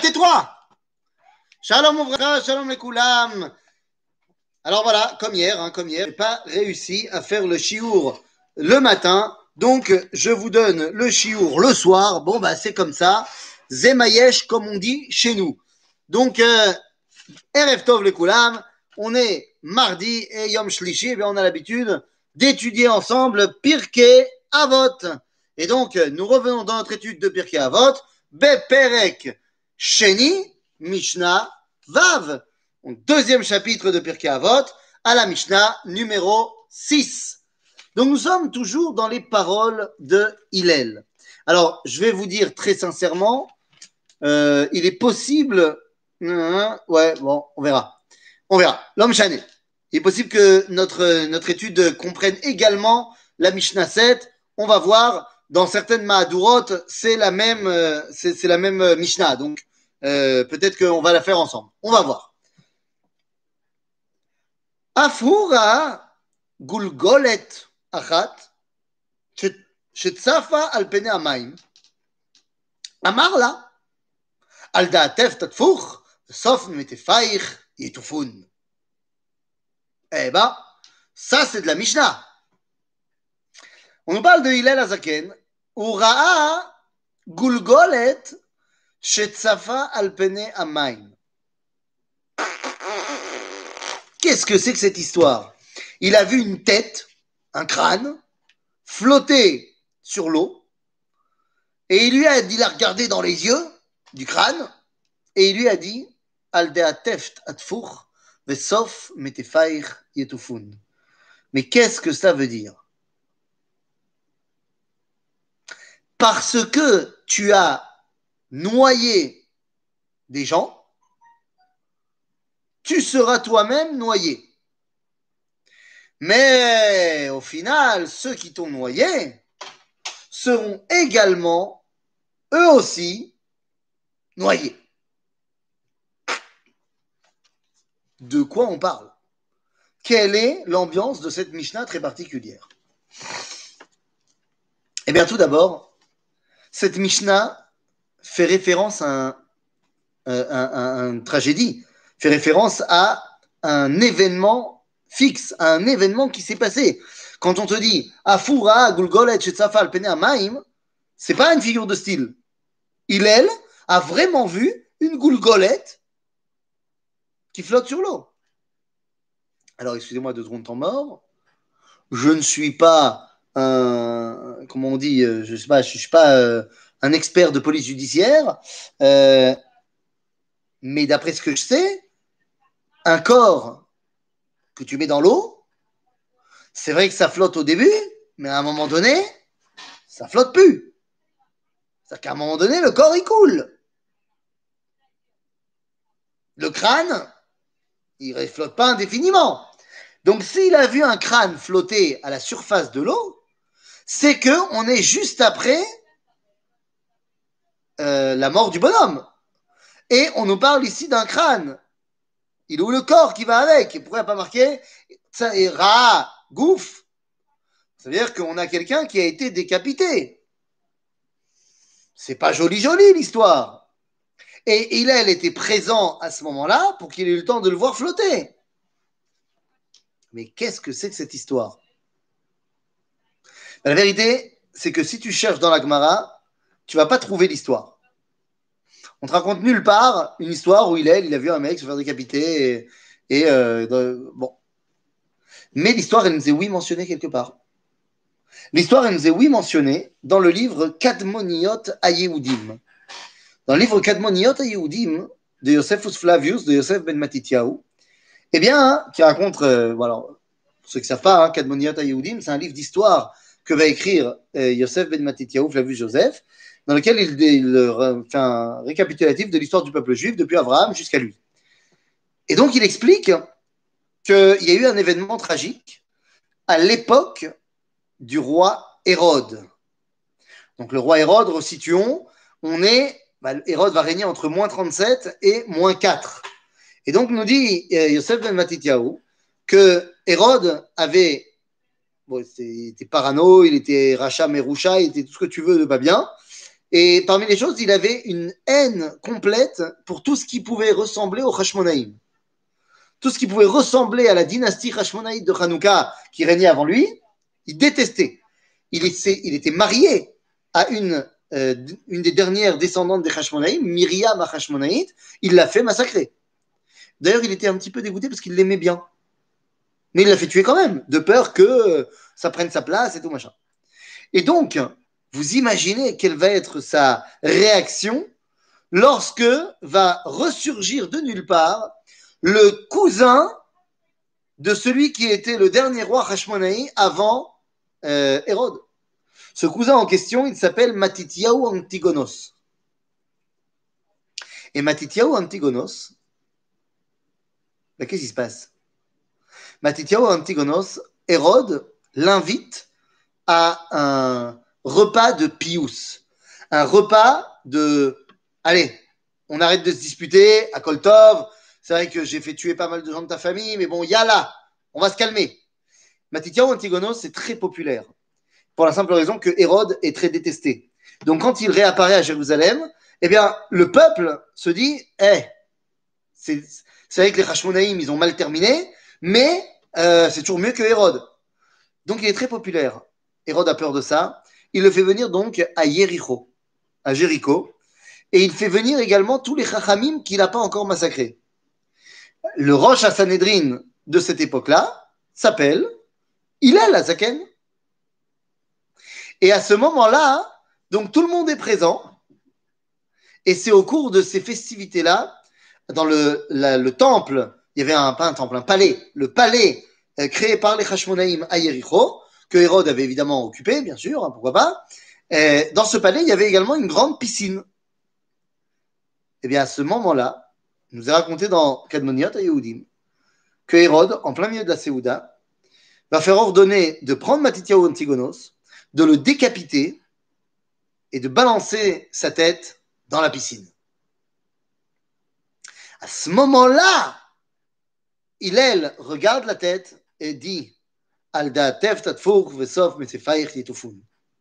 tais-toi. Shalom Ouvracha, shalom les koulam. Alors voilà, comme hier, je n'ai pas réussi à faire le chiour le matin, donc je vous donne le chiour le soir. Bon, bah c'est comme ça, zemayesh, comme on dit chez nous. Donc, Erev Tov les koulam, on est mardi et Yom Shlishi, et bien on a l'habitude d'étudier ensemble Pirkei Avot. Et donc, nous revenons dans notre étude de Pirkei Avot, Beperek Sheni, Mishnah Vav. Donc, deuxième chapitre de Pirkei Avot, à la Mishnah numéro 6. Donc, nous sommes toujours dans les paroles de Hillel. Alors, je vais vous dire très sincèrement, il est possible... ouais, bon, on verra. L'homme chané. Il est possible que notre étude comprenne également la Mishnah 7. On va voir. Dans certaines Mahadurot, c'est la même Mishnah. Donc, peut-être qu'on va la faire ensemble. On va voir. Afura gulgolet achat שצפה על פני המים, אמר לה, על דעתך תטפוך, וסוף מטיפייך יטופון. Eh ben, ça c'est de la Mishnah. On nous parle de Hillel Azaken, où Ra'a Gulgolet Shetzafa al Pene Amaim. Qu'est-ce que c'est que cette histoire? Il a vu une tête, un crâne, flotter sur l'eau, et il l'a regardé dans les yeux du crâne, et il lui a dit Al de'ateft atfur, vesof metefaich yetufun. Mais qu'est-ce que ça veut dire? Parce que tu as noyé des gens, tu seras toi-même noyé. Mais au final, ceux qui t'ont noyé seront également, eux aussi, noyés. De quoi on parle? Quelle est l'ambiance de cette Mishnah très particulière? Eh bien, tout d'abord, cette Mishnah fait référence à une tragédie, fait référence à un événement fixe, à un événement qui s'est passé. Quand on te dit Afura, Gulgolet, Shetzafa, Alpene, Amaim, c'est pas une figure de style. Hillel a vraiment vu une Gulgolet qui flotte sur l'eau. Alors, excusez-moi 2 secondes de temps mort. Je ne suis pas comment on dit, je suis pas un expert de police judiciaire, mais d'après ce que je sais, un corps que tu mets dans l'eau, c'est vrai que ça flotte au début, mais à un moment donné, ça flotte plus. C'est-à-dire qu'à un moment donné, le corps, il coule. Le crâne, il ne flotte pas indéfiniment. Donc, s'il a vu un crâne flotter à la surface de l'eau, c'est qu'on est juste après la mort du bonhomme. Et on nous parle ici d'un crâne. Il est où le corps qui va avec? Et pourquoi il n'y a pas marqué ça est Ra, Gouf? Ça veut dire qu'on a quelqu'un qui a été décapité. C'est pas joli l'histoire. Et Hillel était présent à ce moment-là pour qu'il ait eu le temps de le voir flotter. Mais qu'est-ce que c'est que cette histoire? La vérité, c'est que si tu cherches dans la Gemara, tu vas pas trouver l'histoire. On te raconte nulle part une histoire où il a vu un mec se faire décapiter bon. Mais l'histoire, elle nous est oui mentionnée quelque part. L'histoire, elle nous est oui mentionnée dans le livre Kadmoniot HaYehudim. Dans le livre Kadmoniot HaYehudim de Josephus Flavius, de Yosef ben Matityahu, eh bien, qui raconte, voilà, pour ceux qui ne savent pas, Kadmoniot HaYehudim, c'est un livre d'histoire que va écrire Yosef ben Matityahu, Flavius Joseph, dans lequel il fait un récapitulatif de l'histoire du peuple juif depuis Abraham jusqu'à lui. Et donc, il explique qu'il y a eu un événement tragique à l'époque du roi Hérode. Donc, le roi Hérode, resituons, Hérode va régner entre moins 37 et moins 4. Et donc, nous dit Yosef ben Matityahu que Hérode avait, il était parano, il était rachat, méroucha, il était tout ce que tu veux de pas bien. Et parmi les choses, il avait une haine complète pour tout ce qui pouvait ressembler au Hashmonaïm. Tout ce qui pouvait ressembler à la dynastie Hashmonaïde de Hanouka qui régnait avant lui, il détestait. Il était marié à une des dernières descendantes des Hashmonaïm, Myriam Hashmonaïte. Il l'a fait massacrer. D'ailleurs, il était un petit peu dégoûté parce qu'il l'aimait bien. Mais il l'a fait tuer quand même, de peur que ça prenne sa place et tout machin. Et donc, vous imaginez quelle va être sa réaction lorsque va ressurgir de nulle part le cousin de celui qui était le dernier roi Hashmonaï avant Hérode. Ce cousin en question, il s'appelle Matityahu Antigonos. Et Matityahu Antigonos, ben, qu'est-ce qui se passe? Matityahu Antigonos, Hérode l'invite à un repas de Pius, un repas de allez, on arrête de se disputer à Koltov. C'est vrai que j'ai fait tuer pas mal de gens de ta famille, mais bon, yalla, on va se calmer. Matityahu Antigonos, c'est très populaire, pour la simple raison que Hérode est très détesté. Donc quand il réapparaît à Jérusalem, eh bien, le peuple se dit, c'est vrai que les Hashmonaïm, ils ont mal terminé, mais c'est toujours mieux que Hérode. Donc il est très populaire. Hérode a peur de ça. Il le fait venir donc à Jéricho, et il fait venir également tous les Chachamim qu'il n'a pas encore massacrés. Le Rosh HaSanhedrin de cette époque-là s'appelle Hillel HaZaken. Et à ce moment-là, donc tout le monde est présent, et c'est au cours de ces festivités-là, dans le temple, il y avait pas un temple, un palais, le palais créé par les Hashmonaïm à Jéricho, que Hérode avait évidemment occupé, bien sûr, hein, pourquoi pas. Dans ce palais, il y avait également une grande piscine. Et bien à ce moment-là, il nous est raconté dans Kadmoniot à Yehudim que Hérode, en plein milieu de la Séouda, va faire ordonner de prendre Matityahu Antigonos, de le décapiter et de balancer sa tête dans la piscine. À ce moment-là, Hillel regarde la tête et dit Al da'atev tatfur vesof metefaich yetufun.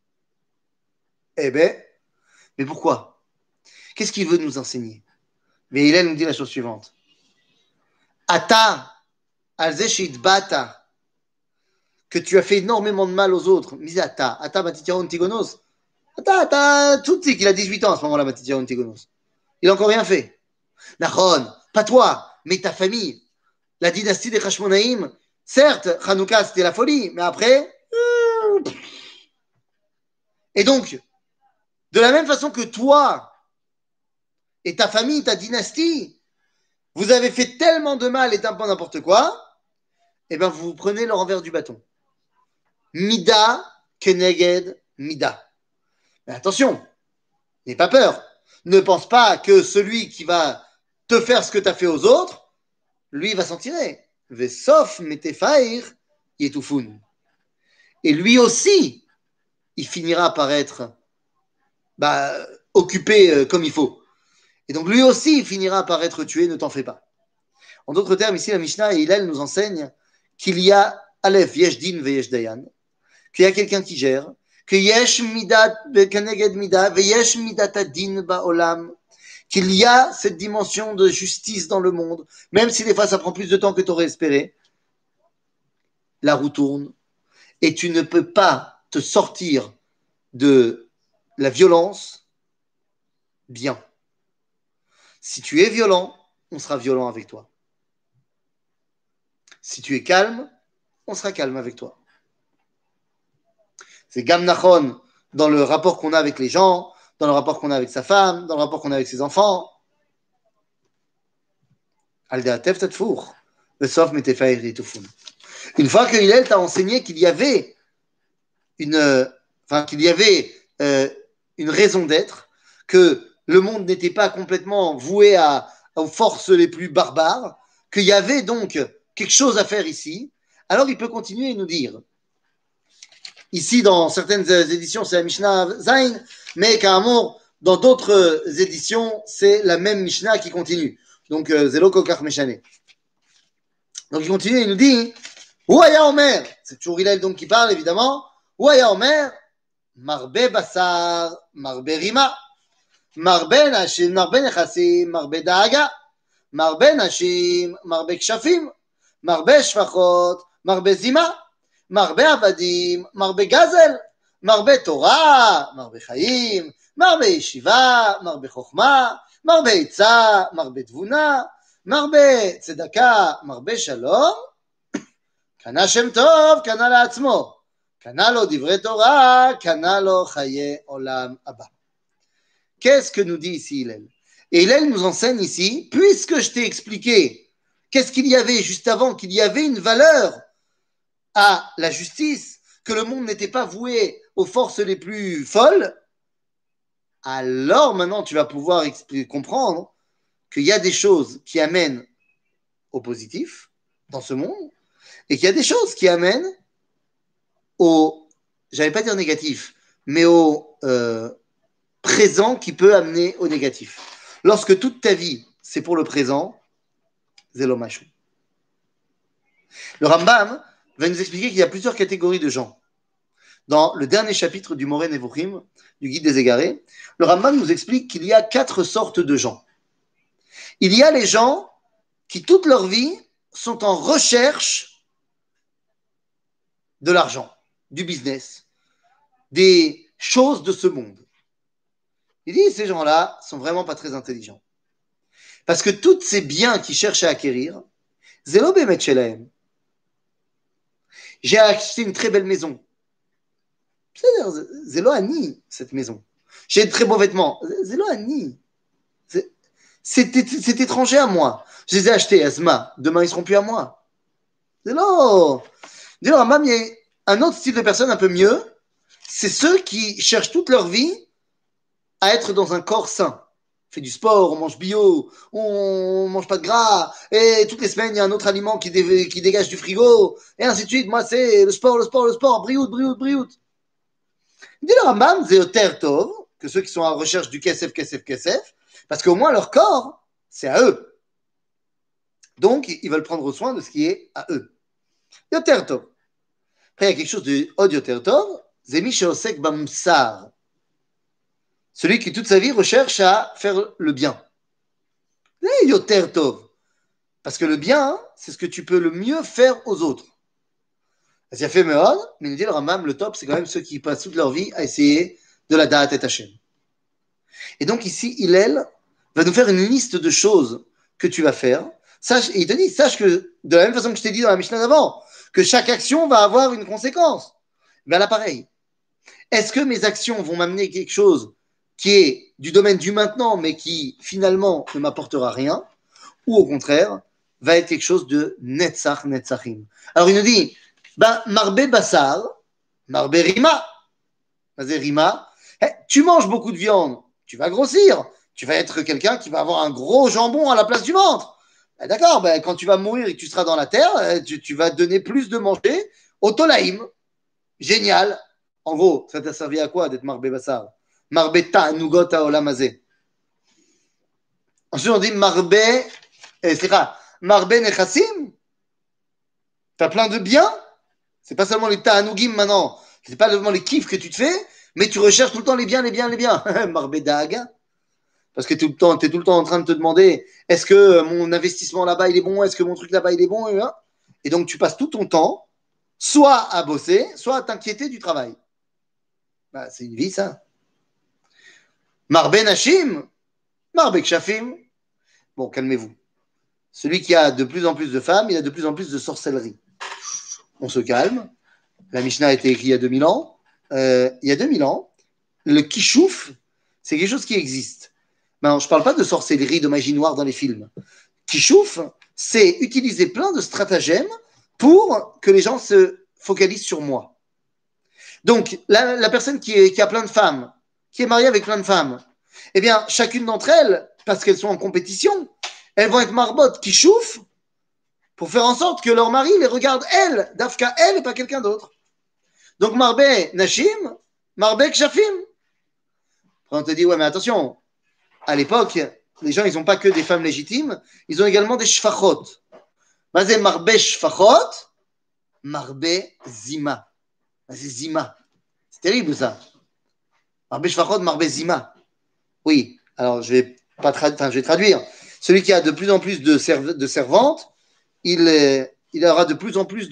Eh bien, mais pourquoi? Qu'est-ce qu'il veut nous enseigner? Mais Hillel nous dit la chose suivante. Ata, al-zeshit bata, que tu as fait énormément de mal aux autres. Misata, Ata Matityahu Antigonos. Ata, tout de suite, il a 18 ans à ce moment-là, Matityahu Antigonos. Il n'a encore rien fait. Nahon, pas toi, mais ta famille. La dynastie des Hashmonaïm, certes, Hanouka c'était la folie, mais après. Et donc, de la même façon que toi et ta famille, ta dynastie, vous avez fait tellement de mal et tellement n'importe quoi, eh bien vous prenez le renvers du bâton. Mida keneged mida. Mais attention, n'aie pas peur. Ne pense pas que celui qui va te faire ce que tu as fait aux autres, lui va s'en tirer. Vesof metefair yetufun. Et lui aussi, il finira par être occupé comme il faut. Et donc lui aussi, il finira par être tué, ne t'en fais pas. En d'autres termes, ici, la Mishnah et Hillel nous enseigne qu'il y a Aleph, Yesh Din ve Yesh Dayan, qu'il y a quelqu'un qui gère, que Yesh Midat Keneged Midat ve Yesh Midat Adin Ba'olam, qu'il y a cette dimension de justice dans le monde, même si des fois ça prend plus de temps que tu aurais espéré, la roue tourne, et tu ne peux pas te sortir de la violence bien. Si tu es violent, on sera violent avec toi. Si tu es calme, on sera calme avec toi. C'est Gam Nachon dans le rapport qu'on a avec les gens, dans le rapport qu'on a avec sa femme, dans le rapport qu'on a avec ses enfants. Une fois que Hillel t'a enseigné qu'il y avait une raison d'être, que le monde n'était pas complètement voué aux forces les plus barbares, qu'il y avait donc quelque chose à faire ici, alors il peut continuer et nous dire. Ici, dans certaines éditions, c'est la Mishnah Zain, mais Ka'amor, dans d'autres éditions, c'est la même Mishnah qui continue. Donc, Zelo Kokar Meshane. Donc, il continue et il nous dit Ouaya Omer, c'est toujours Hillel donc qui parle, évidemment. Ouaya Omer, marbe basar, marbe rima, marbe nashim, marbe nechasim, marbe daaga, marbe nashim, marbe kshafim, marbe shfachot, marbe zima, marbe avadim, marbe gazel, marbe Torah, marbe chaim, marbe yeshiva, marbe chokhma, marbe itza, marbe tvuna, marbe tzedaka, marbe shalom, קנה שם טוב, קנה לעצמו, קנה לו דברי תורה, קנה לו חיי עולם הבא. Qu'est-ce que nous dit ici Hillel? Et Hillel nous enseigne ici, puisque je t'ai expliqué qu'est-ce qu'il y avait juste avant, qu'il y avait une valeur à la justice, que le monde n'était pas voué aux forces les plus folles, alors maintenant tu vas pouvoir comprendre qu'il y a des choses qui amènent au positif dans ce monde, et qu'il y a des choses qui amènent au, j'allais pas dire négatif, mais au présent qui peut amener au négatif. Lorsque toute ta vie, c'est pour le présent, zélomachu. Le Rambam va nous expliquer qu'il y a plusieurs catégories de gens. Dans le dernier chapitre du Moreh Nevuchim, du Guide des Égarés, le Rambam nous explique qu'il y a 4 sortes de gens. Il y a les gens qui, toute leur vie, sont en recherche de l'argent, du business, des choses de ce monde. Il dit, ces gens-là sont vraiment pas très intelligents. Parce que tous ces biens qu'ils cherchent à acquérir, Zélo Bemet Shelahem. J'ai acheté une très belle maison. C'est-à-dire, Zélo Ani, cette maison. J'ai de très beaux vêtements. Zélo Ani. C'est étranger à moi. Je les ai achetés, Asma. Demain, ils seront plus à moi. Zélo. Dis-leur, Mam, il y a un autre style de personne un peu mieux. C'est ceux qui cherchent toute leur vie à être dans un corps sain. On fait du sport, on mange bio, on mange pas de gras, et toutes les semaines, il y a un autre aliment qui dégage du frigo, et ainsi de suite. Moi, c'est le sport, briout. Dit le Rambam, c'est Yoter Tov, que ceux qui sont en recherche du kesef, parce qu'au moins leur corps, c'est à eux. Donc, ils veulent prendre soin de ce qui est à eux. Yoter Tov. Après, il y a quelque chose de Od Yoter Tov, Zemi Sheosek Bamsar. Celui qui toute sa vie recherche à faire le bien. Yoter Tov. Parce que le bien, c'est ce que tu peux le mieux faire aux autres. Il a fait Meod, mais il dit le Rambam, le top, c'est quand même ceux qui passent toute leur vie à essayer de la Da'at et Hashem. Et donc ici, Hillel va nous faire une liste de choses que tu vas faire. Sache, et il te dit, sache que, de la même façon que je t'ai dit dans la Mishnah d'avant, que chaque action va avoir une conséquence. Ben là, pareil. Est-ce que mes actions vont m'amener quelque chose qui est du domaine du maintenant, mais qui finalement ne m'apportera rien, ou au contraire, va être quelque chose de netzachim. Alors il nous dit, ben, marbe basar, marbe rima. Rima, tu manges beaucoup de viande, tu vas grossir, tu vas être quelqu'un qui va avoir un gros jambon à la place du ventre. Ben, d'accord, ben, quand tu vas mourir et que tu seras dans la terre, tu vas donner plus de manger au tolaïm. Génial. En gros, ça t'a servi à quoi d'être marbe basar? Marbe ta'anugot ha'olam hazeh. Ensuite, on dit marbe, c'est quoi? Marbe nechassim. T'as plein de biens. C'est pas seulement les ta'anugim maintenant. C'est pas seulement les kiffs que tu te fais, mais tu recherches tout le temps les biens. Marbe daga. Parce que t'es tout le temps en train de te demander, est-ce que mon investissement là-bas il est bon? Est-ce que mon truc là-bas il est bon? Et donc tu passes tout ton temps, soit à bosser, soit à t'inquiéter du travail. Bah, c'est une vie, ça. Marbe Nashim, Marbe Kshafim. Bon, calmez-vous. Celui qui a de plus en plus de femmes, il a de plus en plus de sorcellerie. On se calme. La Mishnah a été écrite il y a 2000 ans. Il y a 2000 ans, le kishouf, c'est quelque chose qui existe. Ben, je ne parle pas de sorcellerie, de magie noire dans les films. Kishouf, c'est utiliser plein de stratagèmes pour que les gens se focalisent sur moi. Donc, la personne qui a plein de femmes, qui est mariée avec plein de femmes, eh bien, chacune d'entre elles, parce qu'elles sont en compétition, elles vont être marbottes qui chauffent pour faire en sorte que leur mari les regarde elles, d'Afka elle et pas quelqu'un d'autre. Donc, marbe Nashim, marbe Kshafim. Après, on te dit, ouais, mais attention, à l'époque, les gens, ils n'ont pas que des femmes légitimes, ils ont également des shfachot. C'est marbe shfachot, marbe zima. C'est Zima. C'est terrible ça. Marbe Shfachot, Marbe Zima. Oui, alors je vais je vais traduire. Celui qui a de plus en plus de servantes, il aura de plus en plus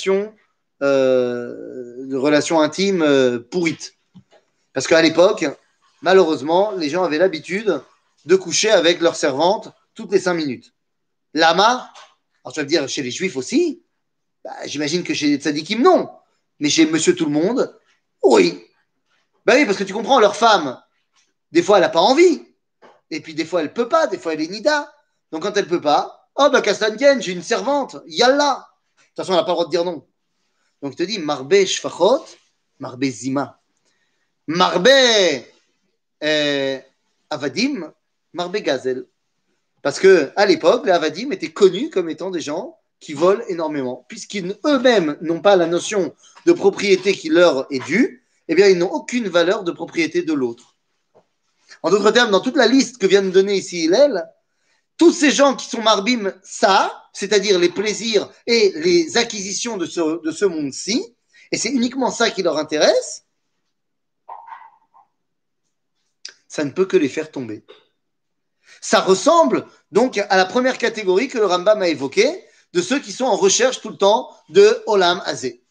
de relations intimes pourrites. Parce qu'à l'époque, malheureusement, les gens avaient l'habitude de coucher avec leurs servantes toutes les 5 minutes. Lama, alors tu vas me dire, chez les juifs aussi, bah, j'imagine que chez les tzadikim, non. Mais chez monsieur tout le monde, oui. Ben oui, parce que tu comprends, leur femme, des fois, elle n'a pas envie. Et puis, des fois, elle ne peut pas. Des fois, elle est nida. Donc, quand elle ne peut pas, oh, bah, Kastanken, j'ai une servante. Yallah. De toute façon, elle n'a pas le droit de dire non. Donc, je te dis, Marbe Shfachot, Marbe Zima. Marbe Avadim, Marbe Gazel. Parce que à l'époque, les Avadim étaient connus comme étant des gens qui volent énormément. Puisqu'ils eux-mêmes n'ont pas la notion de propriété qui leur est due, eh bien, ils n'ont aucune valeur de propriété de l'autre. En d'autres termes, dans toute la liste que vient de donner ici Hillel, tous ces gens qui sont marbim ça, c'est-à-dire les plaisirs et les acquisitions de ce monde-ci, et c'est uniquement ça qui leur intéresse, ça ne peut que les faire tomber. Ça ressemble donc à la première catégorie que le Rambam a évoquée, de ceux qui sont en recherche tout le temps de Olam Hazé.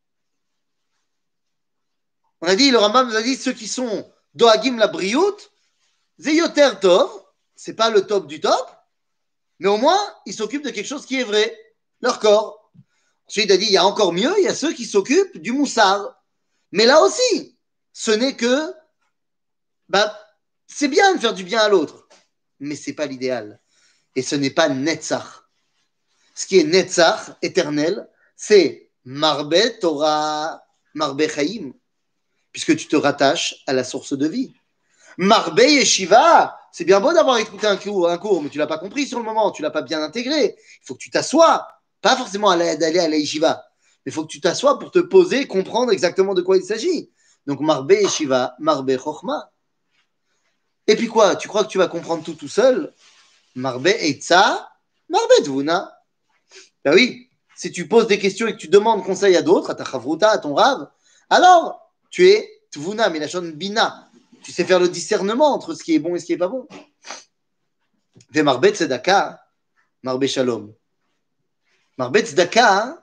On a dit, le Rambam nous a dit, ceux qui sont Doagim la Briout, Zeyoter Tov, c'est pas le top du top, mais au moins, ils s'occupent de quelque chose qui est vrai, leur corps. Ensuite, il a dit, il y a encore mieux, il y a ceux qui s'occupent du moussard. Mais là aussi, ce n'est que, bah, c'est bien de faire du bien à l'autre, mais c'est pas l'idéal. Et ce n'est pas Netzach. Ce qui est Netzach, éternel, c'est Marbe Torah, Marbe Chaim, puisque tu te rattaches à la source de vie. Marbe Yeshiva, c'est bien beau d'avoir écouté un cours, mais tu l'as pas compris sur le moment, tu l'as pas bien intégré. Il faut que tu t'assoies, pas forcément d'aller à la Yeshiva, mais il faut que tu t'assoies pour te poser, comprendre exactement de quoi il s'agit. Donc Marbe Yeshiva, Marbe Chochma. Et puis quoi, tu crois que tu vas comprendre tout seul? Marbe Eitza, Marbe Dvuna. Ben oui, si tu poses des questions et que tu demandes conseil à d'autres, à ta chavruta, à ton rave, alors tu es Tvuna, mais la chaîne Bina. Tu sais faire le discernement entre ce qui est bon et ce qui est pas bon. Ve Marbe Tzedaka, Marbe Shalom. Marbe Tzedaka,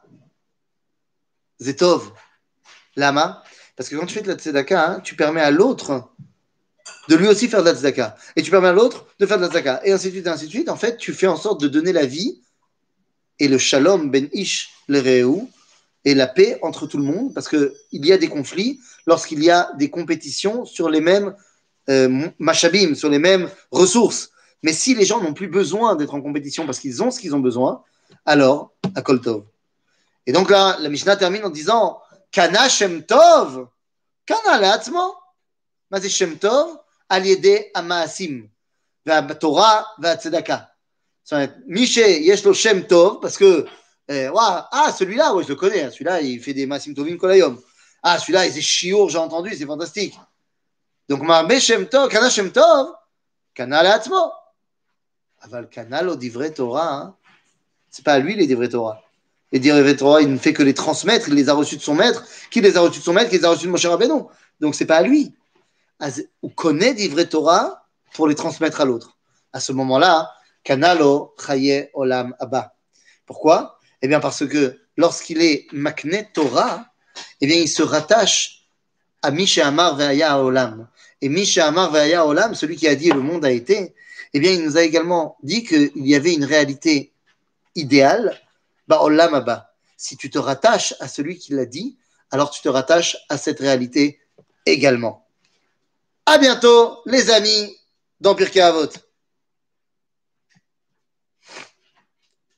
Zetov. Lama. Parce que quand tu fais de la Tzedaka, tu permets à l'autre de lui aussi faire de la Tzedaka. Et tu permets à l'autre de faire de la Tzedaka. Et ainsi de suite, et ainsi de suite. En fait, tu fais en sorte de donner la vie et le Shalom ben Ish le Reu et la paix entre tout le monde. Parce qu'il y a des conflits lorsqu'il y a des compétitions sur les mêmes mashabim, sur les mêmes ressources. Mais si les gens n'ont plus besoin d'être en compétition parce qu'ils ont ce qu'ils ont besoin, alors, à Kol Tov. Et donc là, la Mishnah termine en disant Kana Shem Tov, Kana Le'atzmo. מה זה שם טוב? על ידי המעשים, והתורה והצדקה. זאת אומרת, מי שיש לו שם טוב, parce que, celui-là, ouais, je le connais, celui-là, il fait des maasim tovim kol hayom. Ah, celui-là, il est chiour, j'ai entendu, c'est fantastique. Donc, marbe shem tov, kana shem tov, kana le'atzmo. Aval kana lo divrei Torah, hein. C'est pas à lui les divrei Torah. Les divrei Torah, il ne fait que les transmettre, il les a reçus de son maître, qui les a reçus de son maître, qui les a reçus de Moshe Rabbeinu. Donc, c'est pas à lui. Ou connaît divrei Torah pour les transmettre à l'autre. À ce moment-là, kanalo chaye olam abba. Pourquoi? Eh bien, parce que lorsqu'il est makne Torah, eh bien, il se rattache à Misha Amar Ve'aya Olam. Et Misha Amar Ve'aya Olam, celui qui a dit le monde a été, eh bien, il nous a également dit qu'il y avait une réalité idéale, Ba'olam Abba. Si tu te rattaches à celui qui l'a dit, alors tu te rattaches à cette réalité également. À bientôt, les amis, dans Pirkei Avot.